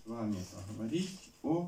с вами поговорить о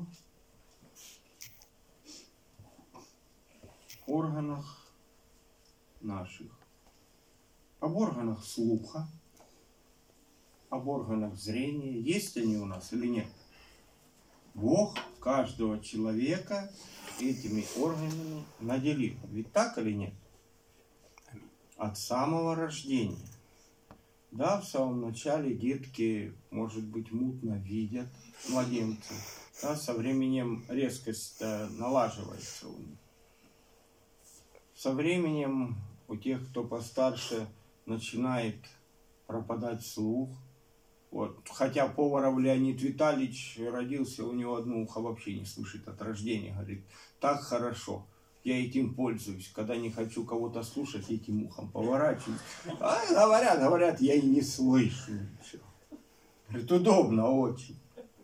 органах наших, об органах слуха, об органах зрения. Есть они у нас или нет? Бог каждого человека этими органами наделил. Ведь так или нет? От самого рождения. Да, в самом начале детки, может быть, мутно видят, младенцы. Да, со временем резкость налаживается у них. Со временем у тех, кто постарше, начинает пропадать слух. Вот. Хотя Поваров Леонид Витальевич родился, у него одно ухо вообще не слышит от рождения. Говорит, так хорошо, я этим пользуюсь. Когда не хочу кого-то слушать, этим ухом поворачиваюсь. А говорят, я и не слышу ничего. Говорит, удобно очень.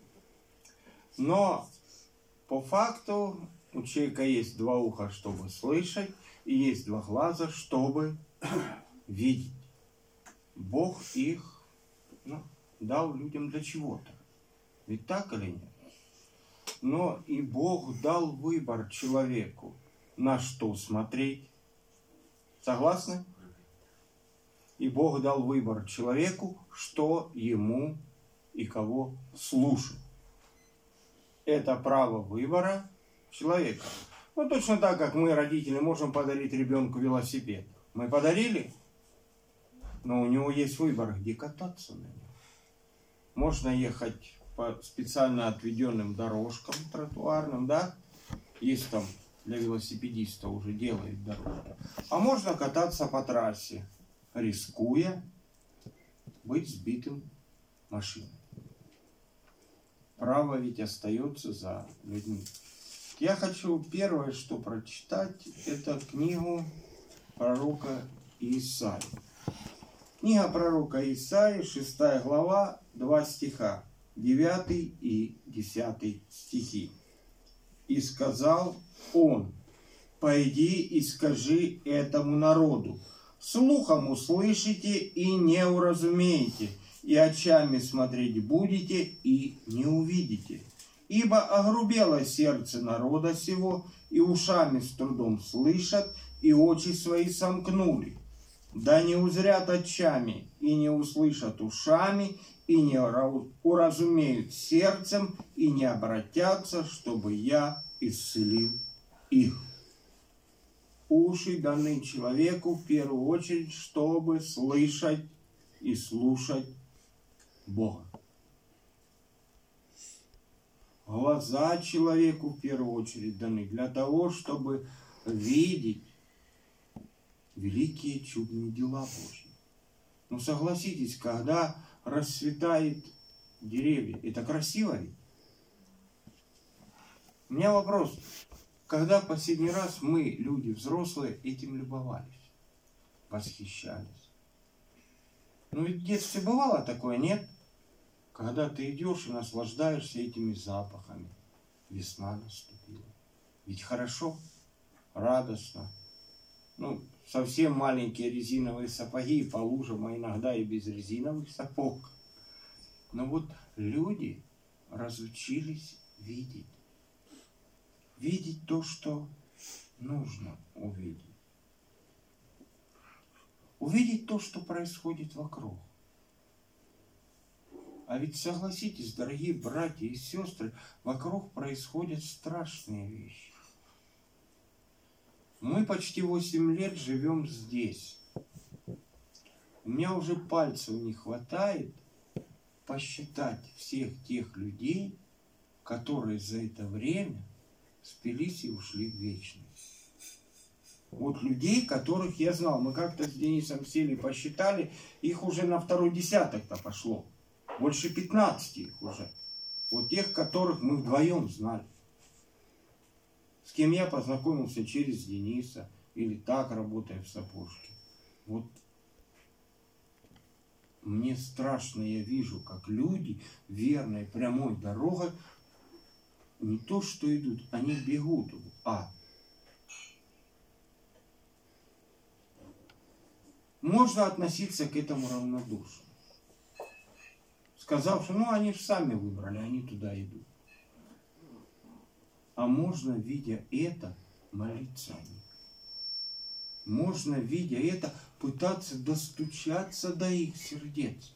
Но по факту у человека есть два уха, чтобы слышать, и есть два глаза, чтобы видеть. Бог их дал людям для чего-то. Ведь так или нет? Но и Бог дал выбор человеку, на что смотреть. Согласны? И Бог дал выбор человеку, что ему и кого слушать. Это право выбора человека. Ну, точно так, как мы, родители, можем подарить ребенку велосипед. Мы подарили, но у него есть выбор, где кататься на нем. Можно ехать по специально отведенным дорожкам тротуарным, да? Есть там для велосипедиста уже делает дорожку. А можно кататься по трассе, рискуя быть сбитым машиной. Право ведь остается за людьми. Я хочу первое, что прочитать, это книгу пророка Исаии. Книга пророка Исаии, 6 глава, 2 стиха, 9 и 10 стихи. «И сказал он, пойди и скажи этому народу, слухом услышите и не уразумеете, и очами смотреть будете и не увидите. Ибо огрубело сердце народа сего, и ушами с трудом слышат, и очи свои сомкнули. Да не узрят очами, и не услышат ушами, и не уразумеют сердцем, и не обратятся, чтобы я исцелил их». Уши даны человеку в первую очередь, чтобы слышать и слушать Бога. Глаза человеку в первую очередь даны для того, чтобы видеть великие чудные дела Божьи. Но согласитесь, когда расцветают деревья, это красиво ведь? У меня вопрос, когда последний раз мы, люди взрослые, этим любовались, восхищались? Ну ведь в детстве бывало такое, нет? Когда ты идешь и наслаждаешься этими запахами. Весна наступила. Ведь хорошо, радостно. Ну, совсем маленькие резиновые сапоги по лужам, а иногда и без резиновых сапог. Но вот люди разучились видеть. Видеть то, что нужно увидеть. Увидеть то, что происходит вокруг. А ведь согласитесь, дорогие братья и сестры, вокруг происходят страшные вещи. Мы почти 8 лет живем здесь. У меня уже пальцев не хватает посчитать всех тех людей, которые за это время спились и ушли в вечность. Вот людей, которых я знал. Мы как-то с Денисом сели, посчитали, их уже на второй десяток-то пошло. Больше 15 их уже. Вот тех, которых мы вдвоем знали. С кем я познакомился через Дениса. Или так, работая в сапожке. Вот мне страшно, я вижу, как люди верной прямой дорогой не то что идут, они бегут в ад. Можно относиться к этому равнодушно. сказав, что ну они же сами выбрали, они туда идут. А можно, видя это, молиться о них. Можно, видя это, пытаться достучаться до их сердец.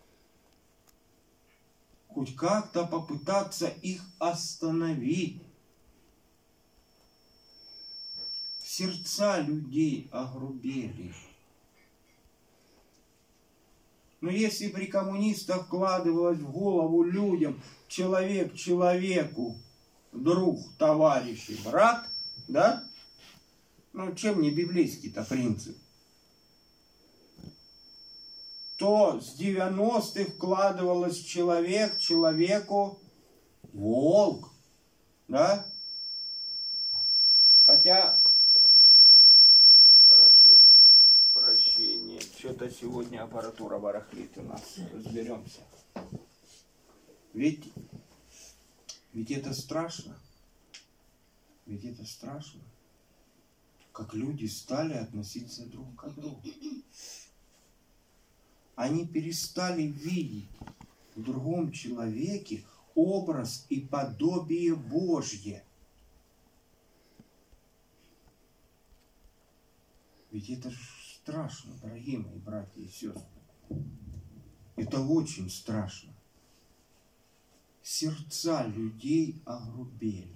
Хоть как-то попытаться их остановить. Сердца людей огрубели. Но если при коммунистах вкладывалось в голову людям человек человеку, друг, товарищ и брат, да? Ну, чем не библейский-то принцип? То с 90-х вкладывалось человек человеку волк, да? Хотя, прошу прощения, что-то сегодня аппаратура барахлит у нас, разберемся. Ведь это страшно. Ведь это страшно. Как люди стали относиться друг к другу. Они перестали видеть в другом человеке образ и подобие Божье. Ведь это ж страшно, дорогие мои братья и сестры. Это очень страшно. Сердца людей огрубели.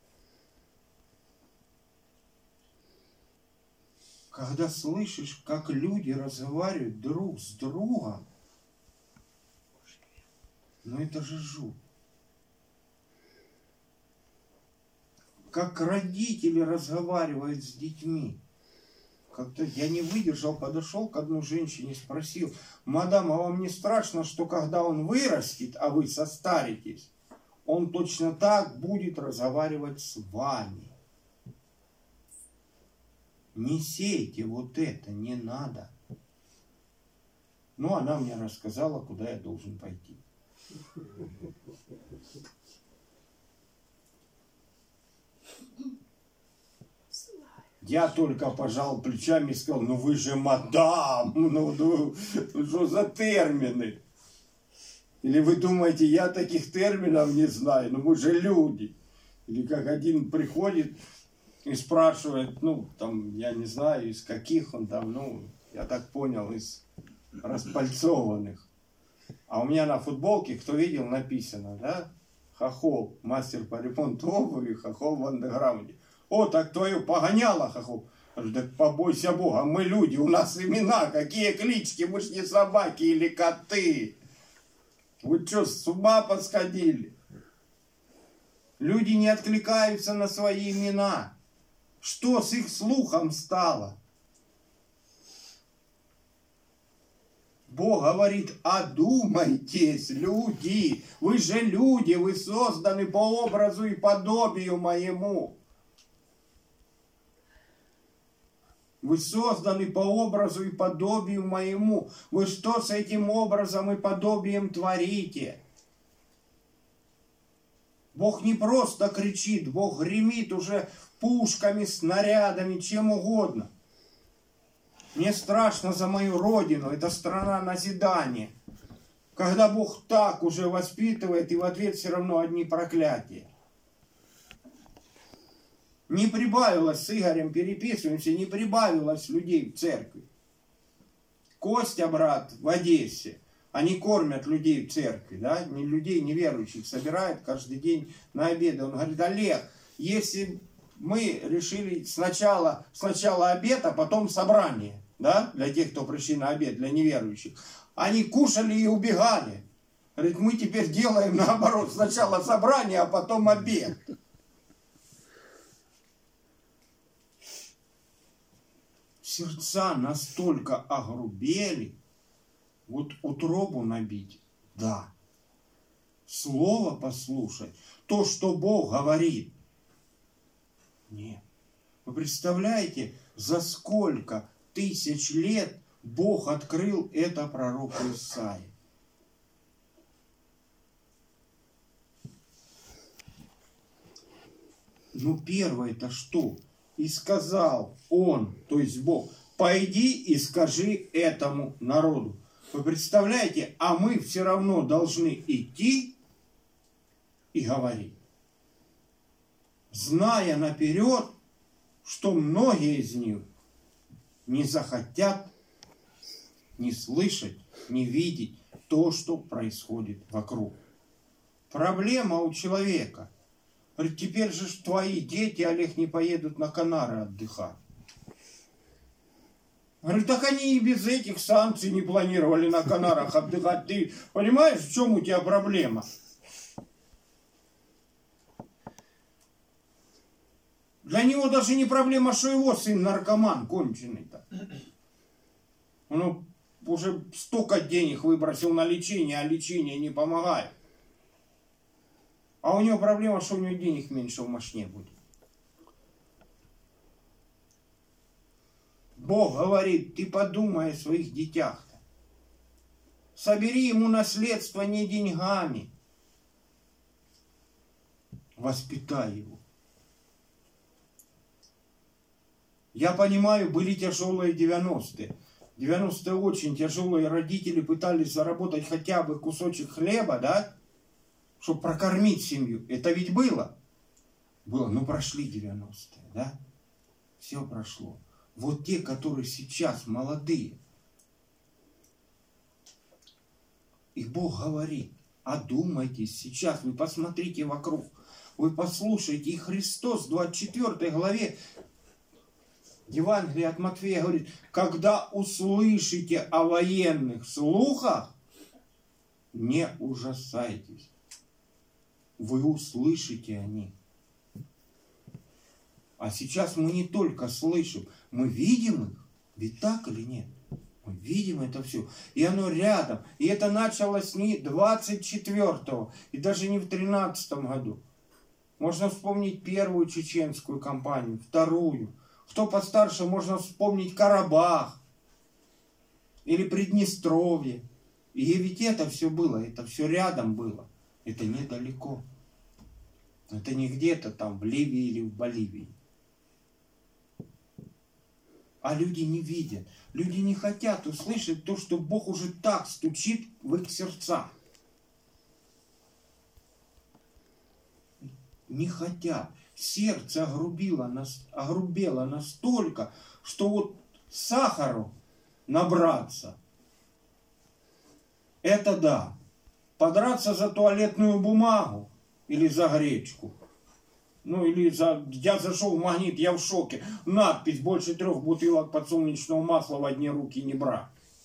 Когда слышишь, как люди разговаривают друг с другом, ну это же жуть. Как родители разговаривают с детьми. Как-то я не выдержал, подошел к одной женщине, спросил: мадам, а вам не страшно, что когда он вырастет, а вы состаритесь, он точно так будет разговаривать с вами? Не сейте вот это, не надо. Ну, она мне рассказала, куда я должен пойти. Я только пожал плечами и сказал: ну вы же мадам, ну что за термины? Или вы думаете, я таких терминов не знаю? Ну вы же люди. Или как один приходит и спрашивает, ну там, я не знаю, из каких он там, ну, я так понял, из распальцованных. А у меня на футболке, кто видел, написано, да? Хохол, мастер по ремонту обуви, хохол в андеграунде. О, так твою погоняло, хохол. Так побойся Бога, мы люди, у нас имена, какие клички, мы ж не собаки или коты. Вы что, с ума посходили? Люди не откликаются на свои имена. Что с их слухом стало? Бог говорит: одумайтесь, люди. Вы же люди, вы созданы по образу и подобию моему. Вы созданы по образу и подобию моему. Вы что с этим образом и подобием творите? Бог не просто кричит, Бог гремит уже пушками, снарядами, чем угодно. Мне страшно за мою родину, это страна назидания. Когда Бог так уже воспитывает, и в ответ все равно одни проклятия. Не прибавилось, с Игорем переписываемся, не прибавилось людей в церкви. Костя, брат, в Одессе, они кормят людей в церкви, да, не людей неверующих, собирают каждый день на обеды. Он говорит: Олег, если мы решили сначала обед, а потом собрание, да, для тех, кто пришли на обед, для неверующих, они кушали и убегали. Говорит, мы теперь делаем наоборот, сначала собрание, а потом обед. Сердца настолько огрубели, вот утробу набить, да. Слово послушать, то, что Бог говорит. Нет. Вы представляете, за сколько тысяч лет Бог открыл это пророку Исаии? Ну, первое-то что? И сказал он, то есть Бог: пойди и скажи этому народу. Вы представляете, а мы все равно должны идти и говорить, зная наперед, что многие из них не захотят не слышать, не видеть то, что происходит вокруг. Проблема у человека. Говорит, теперь же твои дети, Олег, не поедут на Канары отдыхать. Говорит, так они и без этих санкций не планировали на Канарах отдыхать. Ты понимаешь, в чем у тебя проблема? Для него даже не проблема, что его сын наркоман конченый-то. Он уже столько денег выбросил на лечение, а лечение не помогает. А у него проблема, что у него денег меньше в машине будет. Бог говорит, ты подумай о своих детях-то. Собери ему наследство не деньгами. Воспитай его. Я понимаю, были тяжелые 90-е. 90-е очень тяжелые. Родители пытались заработать хотя бы кусочек хлеба, да? Чтобы прокормить семью. Это ведь было. Было. Ну, прошли 90-е, да? Все прошло. Вот те, которые сейчас молодые. И Бог говорит, одумайтесь сейчас. Вы посмотрите вокруг. Вы послушайте. И Христос в 24 главе Евангелие от Матфея говорит, когда услышите о военных слухах, не ужасайтесь. Вы услышите о них. А сейчас мы не только слышим, мы видим их. Ведь так или нет? Мы видим это все. И оно рядом. И это началось не 24-го, и даже не в 13-м году. Можно вспомнить первую чеченскую кампанию, вторую. Кто постарше, можно вспомнить Карабах или Приднестровье. И ведь это все было, это все рядом было. Это недалеко. Это не где-то там в Ливии или в Боливии. А люди не видят. Люди не хотят услышать то, что Бог уже так стучит в их сердца. Не хотят. Сердце огрубело настолько, что вот сахару набраться, это да. Подраться за туалетную бумагу или за гречку. Ну или я зашел в Магнит, я в шоке. Надпись: больше 3 бутылок подсолнечного масла в одни руки не брать.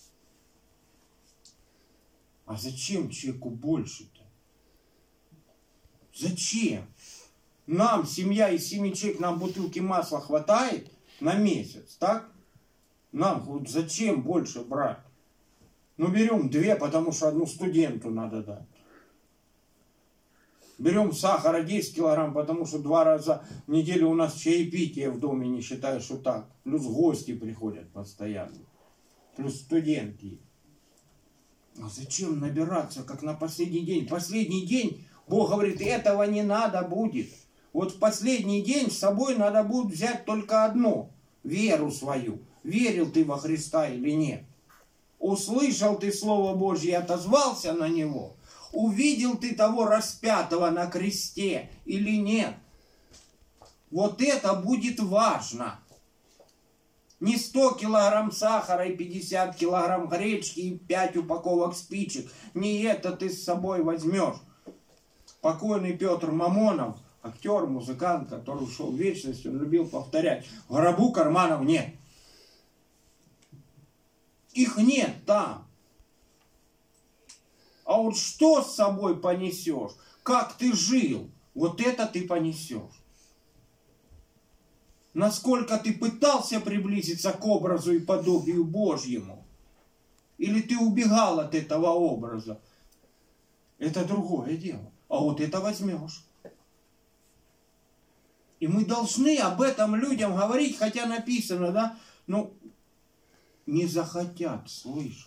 А зачем человеку больше-то? Зачем? Нам, семья из 7 человек, нам бутылки масла хватает на месяц, так? Нам вот зачем больше брать? Ну, берем 2, потому что 1 студенту надо дать. Берем сахара 10 килограмм, потому что 2 раза в неделю у нас чаепитие в доме, не считая, что так. Плюс гости приходят постоянно. Плюс студенты. А зачем набираться, как на последний день? Последний день, Бог говорит, этого не надо будет. Вот в последний день с собой надо будет взять только одно. Веру свою. Верил ты во Христа или нет? Услышал ты Слово Божье и отозвался на него? Увидел ты того распятого на кресте или нет? Вот это будет важно. Не 100 килограмм сахара и 50 килограмм гречки и 5 упаковок спичек. Не это ты с собой возьмешь. Покойный Петр Мамонов, актер, музыкант, который ушел в вечность, он любил повторять: в гробу карманов нет. Их нет там. А вот что с собой понесешь? Как ты жил? Вот это ты понесешь. Насколько ты пытался приблизиться к образу и подобию Божьему? Или ты убегал от этого образа? Это другое дело. А вот это возьмешь. И мы должны об этом людям говорить, хотя написано, да? Ну, не захотят слышать.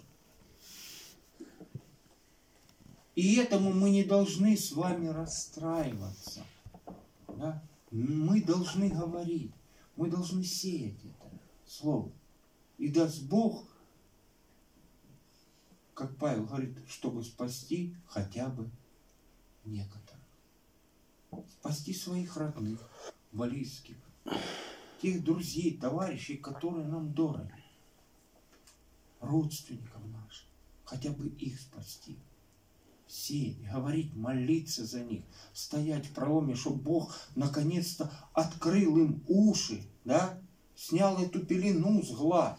И этому мы не должны с вами расстраиваться. Да? Мы должны говорить. Мы должны сеять это слово. И даст Бог, как Павел говорит, чтобы спасти хотя бы некоторых. Спасти своих родных, близких, тех друзей, товарищей, которые нам дороги, родственников наших, хотя бы их спасти. Сеять, говорить, молиться за них, стоять в проломе, чтобы Бог наконец-то открыл им уши, да, снял эту пелену с глаз,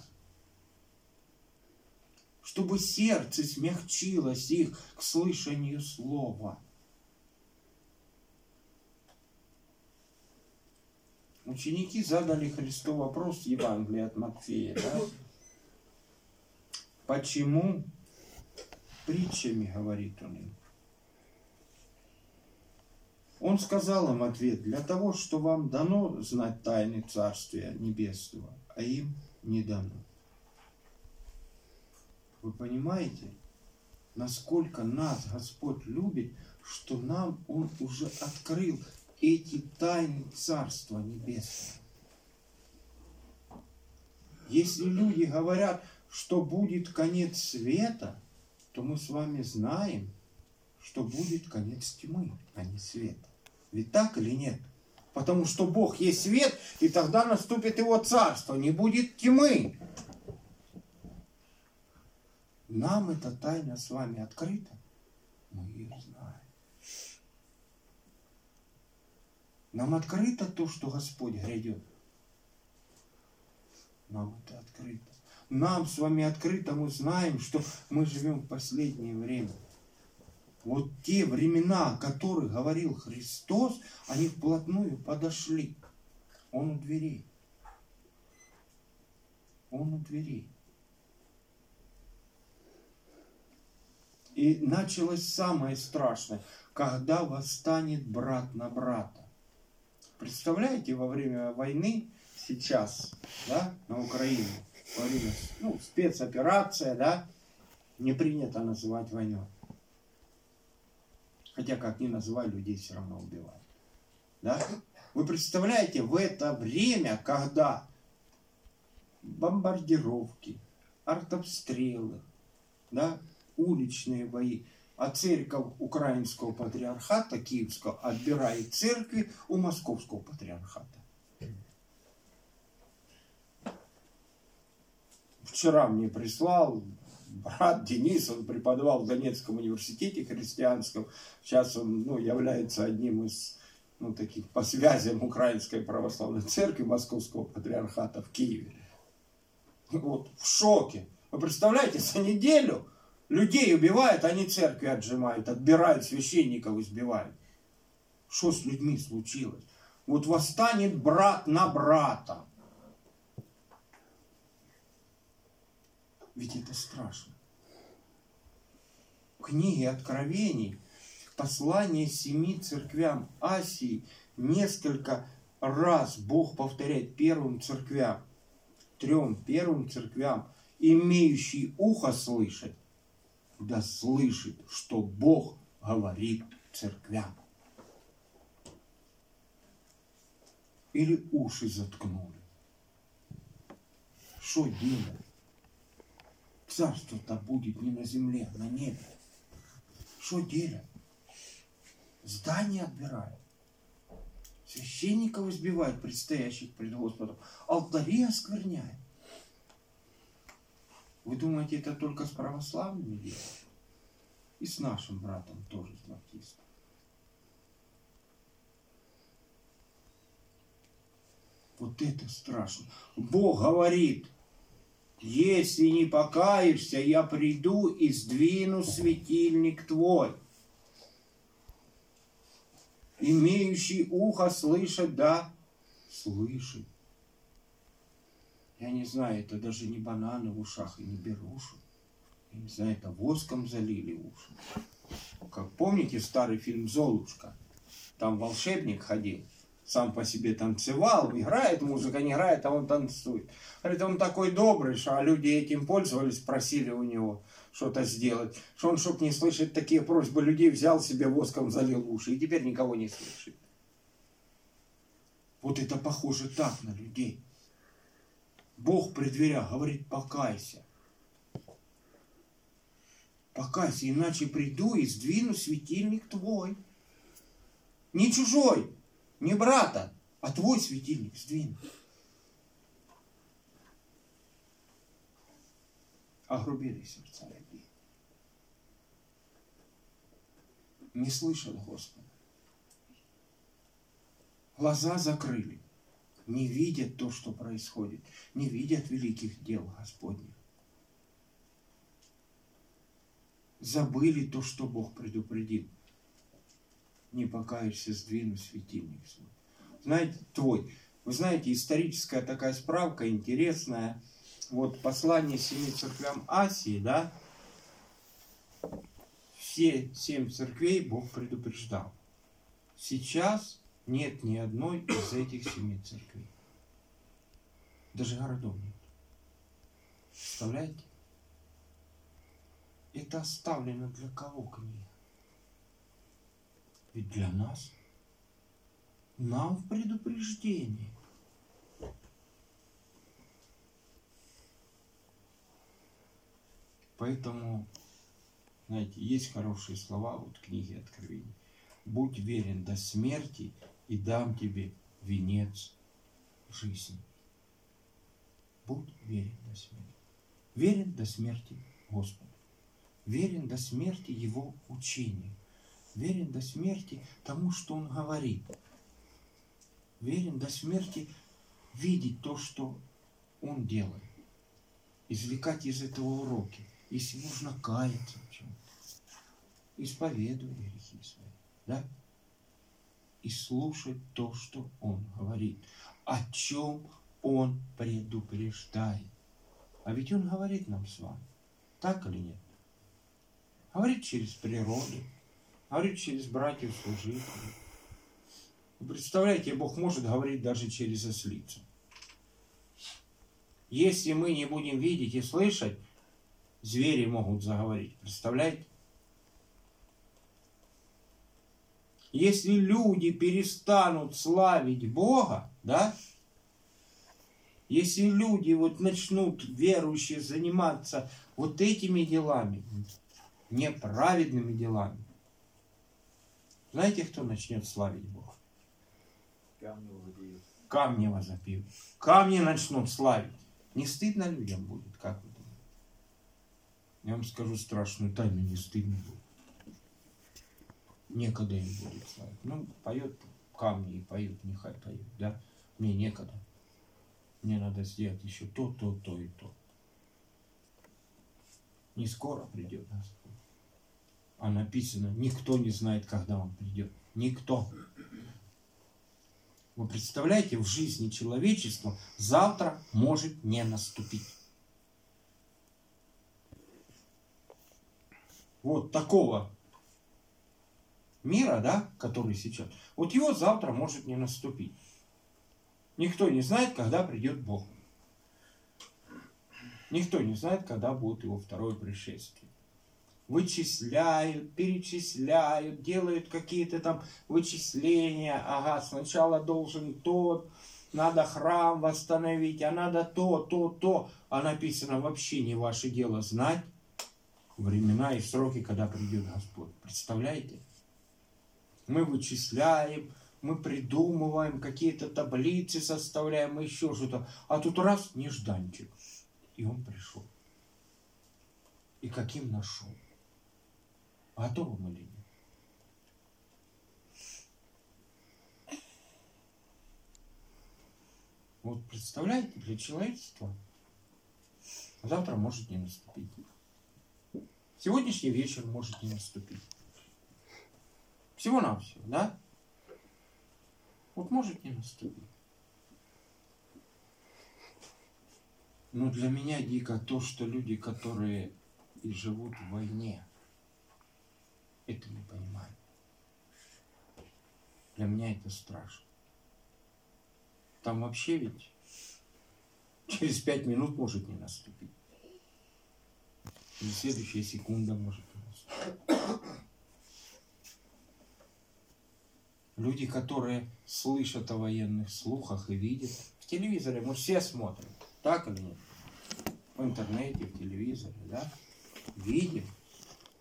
чтобы сердце смягчилось их к слышанию слова. Ученики задали Христу вопрос в Евангелии от Матфея, да? Почему притчами говорит он им? Он сказал им ответ: для того, что вам дано знать тайны Царствия Небесного, а им не дано. Вы понимаете, насколько нас Господь любит, что нам Он уже открыл эти тайны Царства Небесного. Если люди говорят, что будет конец света, то мы с вами знаем, что будет конец тьмы, а не света. Ведь так или нет? Потому что Бог есть свет, и тогда наступит Его царство, не будет тьмы. Нам эта тайна с вами открыта, мы ее знаем. Нам открыто то, что Господь грядет. Нам это открыто. Нам с вами открыто, мы знаем, что мы живем в последнее время. Вот те времена, о которых говорил Христос, они вплотную подошли. Он у дверей. Он у дверей. И началось самое страшное, когда восстанет брат на брата. Представляете, во время войны сейчас, да, на Украине, во время, спецоперация, да, не принято называть войной. Хотя, как ни называй, людей все равно убивают. Да? Вы представляете, в это время, когда бомбардировки, артобстрелы, да, уличные бои, а церковь Украинского патриархата Киевского отбирает церкви у Московского патриархата. Вчера мне прислал брат Денис, он преподавал в Донецком университете христианском. Сейчас он является одним из таких по связям Украинской православной церкви Московского патриархата в Киеве. Вот в шоке. Вы представляете, за неделю людей убивают, они церкви отжимают, отбирают священников, избивают. Что с людьми случилось? Вот восстанет брат на брата. Ведь это страшно. В книге Откровений, послание 7 церквям Асии, несколько раз Бог повторяет первым церквям, 3 первым церквям, имеющий ухо слышать, да слышит, что Бог говорит церквям. Или уши заткнули. Что делать? Царство-то будет не на земле, а на небе. Что делать? Здания отбирают. Священников избивают, предстоящих пред Господом. Алтари оскверняют. Вы думаете, это только с православными делают? И с нашим братом тоже, с баптистом. Вот это страшно. Бог говорит: если не покаешься, я приду и сдвину светильник твой. Имеющий ухо слышать, да, слышит. Я не знаю, это даже не бананы в ушах и не беруши. Я не знаю, это воском залили уши. Как помните старый фильм «Золушка»? Там волшебник ходил. Сам по себе танцевал, играет музыка, не играет, а он танцует. Говорит, он такой добрый, что люди этим пользовались, просили у него что-то сделать. Что он, чтоб не слышать такие просьбы людей, взял себе воском, залил уши, и теперь никого не слышит. Вот это похоже так на людей. Бог при дверях говорит: покайся. Покайся, иначе приду и сдвину светильник твой. Не чужой, не брата, а твой светильник сдвину. Огрубели сердца людей. Не слышат Господа. Глаза закрыли. Не видят то, что происходит. Не видят великих дел Господних. Забыли то, что Бог предупредил. Не покаешься, сдвину светильник свой. Знаете, твой. Вы знаете, историческая такая справка интересная. Вот послание 7 церквям Асии, да? Все 7 церквей Бог предупреждал. Сейчас нет ни одной из этих 7 церквей. Даже городов нет. Представляете? Это оставлено для кого книга? Ведь для нас. Нам в предупреждении. Поэтому, знаете, есть хорошие слова вот в книге Откровений. Будь верен до смерти, и дам тебе венец жизни. Будь верен до смерти. Верен до смерти Господу. Верен до смерти Его учению. Верен до смерти тому, что Он говорит. Верен до смерти видеть то, что Он делает. Извлекать из этого уроки. Если нужно каяться в чем-то. Исповедуй грехи свои. Да? И слушать то, что Он говорит. О чем Он предупреждает. А ведь Он говорит нам с вами. Так или нет? Говорит через природу. Говорит через братьев-служителей. Вы представляете, Бог может говорить даже через ослицу. Если мы не будем видеть и слышать, звери могут заговорить. Представляете? Если люди перестанут славить Бога, да? Если люди вот начнут, верующие, заниматься вот этими делами, неправедными делами, знаете, кто начнет славить Бога? Камни возопьют. Камни начнут славить. Не стыдно людям будет, как вы думаете? Я вам скажу страшную тайну, не стыдно будет. Некогда им будет славить. Ну, поет камни и поют, нехай поют, да? Мне некогда. Мне надо сделать еще то и то. Не скоро придет Господь. А написано, никто не знает, когда Он придет. Никто. Вы представляете, в жизни человечества завтра может не наступить. Вот такого мира, да, который сейчас, вот его завтра может не наступить. Никто не знает, когда придет Бог. Никто не знает, когда будет Его второе пришествие. Вычисляют, перечисляют, делают какие-то там вычисления. Ага, сначала должен тот, надо храм восстановить, а надо то. А написано, вообще не ваше дело знать времена и сроки, когда придет Господь. Представляете? Мы вычисляем, мы придумываем, какие-то таблицы составляем, еще что-то. А тут раз, нежданчик. И Он пришел. И каким нашел. Готовы мы или нет? Вот представляете, для человечества завтра может не наступить. Сегодняшний вечер может не наступить. Всего-навсего, да? Вот может не наступить. Но для меня дико то, что люди, которые и живут в войне, это не понимают. Для меня это страшно. Там вообще ведь через 5 минут может не наступить. И следующая секунда может не наступить. Люди, которые слышат о военных слухах и видят. В телевизоре мы все смотрим. Так или нет? В интернете, в телевизоре, да? Видим.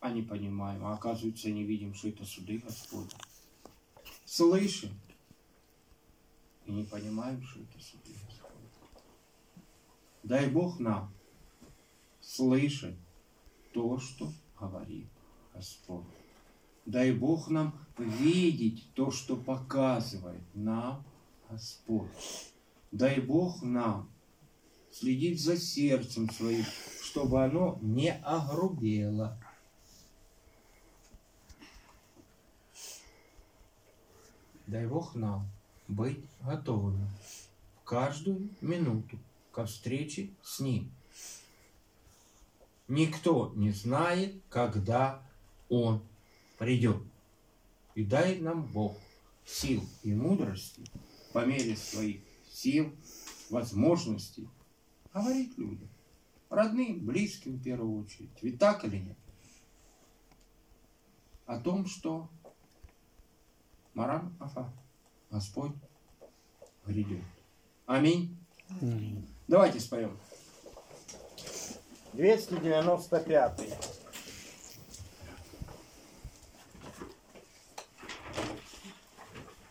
а не понимаем. А оказывается, не видим, что это суды Господни. Слышим и не понимаем, что это суды Господни. Дай Бог нам слышать то, что говорит Господь. Дай Бог нам видеть то, что показывает нам Господь. Дай Бог нам следить за сердцем своим, чтобы оно не огрубело. Дай Бог нам быть готовыми в каждую минуту ко встрече с Ним. Никто не знает, когда Он придет. И дай нам Бог сил и мудрости по мере своих сил, возможностей говорить людям, родным, близким в первую очередь. Ведь так или нет? О том, что Маран Афа, Господь грядет. Аминь. Давайте споем. 295.